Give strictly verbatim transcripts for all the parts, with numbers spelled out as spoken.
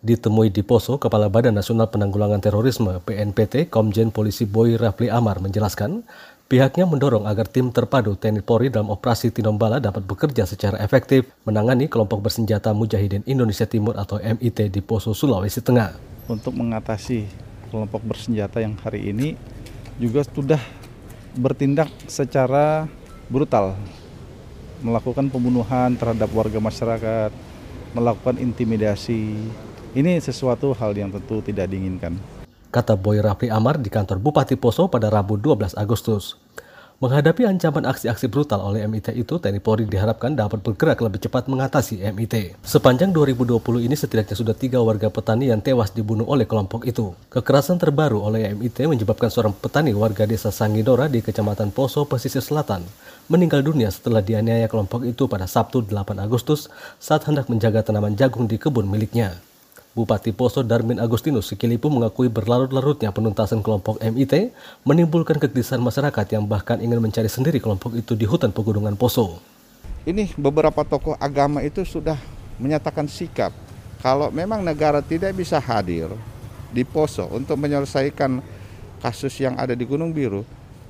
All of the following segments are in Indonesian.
Ditemui di Poso, Kepala Badan Nasional Penanggulangan Terorisme (B N P T) Komjen Polisi Boy Rafli Amar menjelaskan, pihaknya mendorong agar tim terpadu T N I Polri dalam operasi Tinombala dapat bekerja secara efektif menangani kelompok bersenjata Mujahidin Indonesia Timur atau M I T di Poso, Sulawesi Tengah. Untuk mengatasi kelompok bersenjata yang hari ini juga sudah bertindak secara brutal, melakukan pembunuhan terhadap warga masyarakat, melakukan intimidasi. Ini sesuatu hal yang tentu tidak diinginkan. Kata Boy Rafli Amar di kantor Bupati Poso pada Rabu dua belas Agustus. Menghadapi ancaman aksi-aksi brutal oleh M I T itu, T N I Polri diharapkan dapat bergerak lebih cepat mengatasi M I T. Sepanjang dua ribu dua puluh ini setidaknya sudah tiga warga petani yang tewas dibunuh oleh kelompok itu. Kekerasan terbaru oleh M I T menyebabkan seorang petani warga desa Sangidora di Kecamatan Poso, Pesisir Selatan, meninggal dunia setelah dianiaya kelompok itu pada Sabtu delapan Agustus saat hendak menjaga tanaman jagung di kebun miliknya. Bupati Poso Darmin Agustinus Sikilipu mengakui berlarut-larutnya penuntasan kelompok M I T menimbulkan kegelisahan masyarakat yang bahkan ingin mencari sendiri kelompok itu di hutan pegunungan Poso. Ini beberapa tokoh agama itu sudah menyatakan sikap kalau memang negara tidak bisa hadir di Poso untuk menyelesaikan kasus yang ada di Gunung Biru.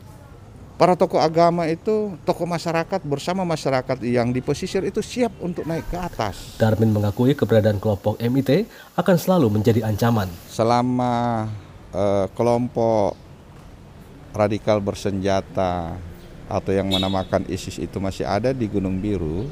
Para tokoh agama itu, tokoh masyarakat bersama masyarakat yang di pesisir itu siap untuk naik ke atas. Darmin mengakui keberadaan kelompok M I T akan selalu menjadi ancaman. Selama eh, kelompok radikal bersenjata atau yang menamakan ISIS itu masih ada di Gunung Biru,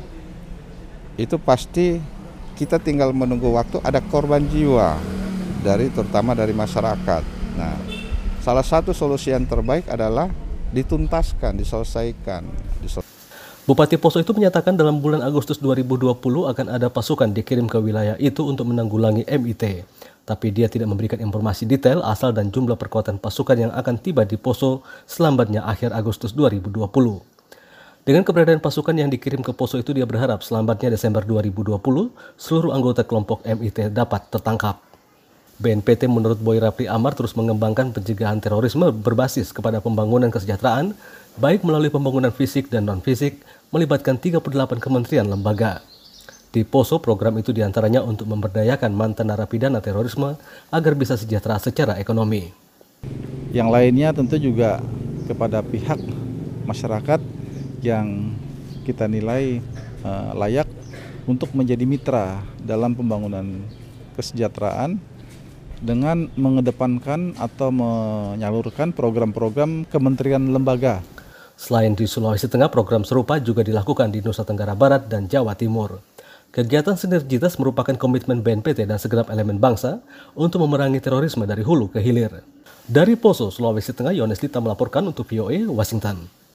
itu pasti kita tinggal menunggu waktu ada korban jiwa dari terutama dari masyarakat. Nah, salah satu solusi yang terbaik adalah dituntaskan, diselesaikan. Disel- Bupati Poso itu menyatakan dalam bulan Agustus dua ribu dua puluh akan ada pasukan dikirim ke wilayah itu untuk menanggulangi M I T. Tapi dia tidak memberikan informasi detail asal dan jumlah perkuatan pasukan yang akan tiba di Poso selambatnya akhir Agustus dua ribu dua puluh. Dengan keberadaan pasukan yang dikirim ke Poso itu, dia berharap selambatnya Desember dua ribu dua puluh seluruh anggota kelompok M I T dapat tertangkap. B N P T menurut Boy Rafli Amar terus mengembangkan pencegahan terorisme berbasis kepada pembangunan kesejahteraan, baik melalui pembangunan fisik dan non-fisik, melibatkan tiga puluh delapan kementerian lembaga. Di Poso, program itu diantaranya untuk memberdayakan mantan narapidana terorisme agar bisa sejahtera secara ekonomi. Yang lainnya tentu juga kepada pihak masyarakat yang kita nilai uh, layak untuk menjadi mitra dalam pembangunan kesejahteraan dengan mengedepankan atau menyalurkan program-program kementerian lembaga. Selain di Sulawesi Tengah, program serupa juga dilakukan di Nusa Tenggara Barat dan Jawa Timur. Kegiatan sinergitas merupakan komitmen B N P T dan segenap elemen bangsa untuk memerangi terorisme dari hulu ke hilir. Dari Poso, Sulawesi Tengah, Yones Lita melaporkan untuk V O A Washington.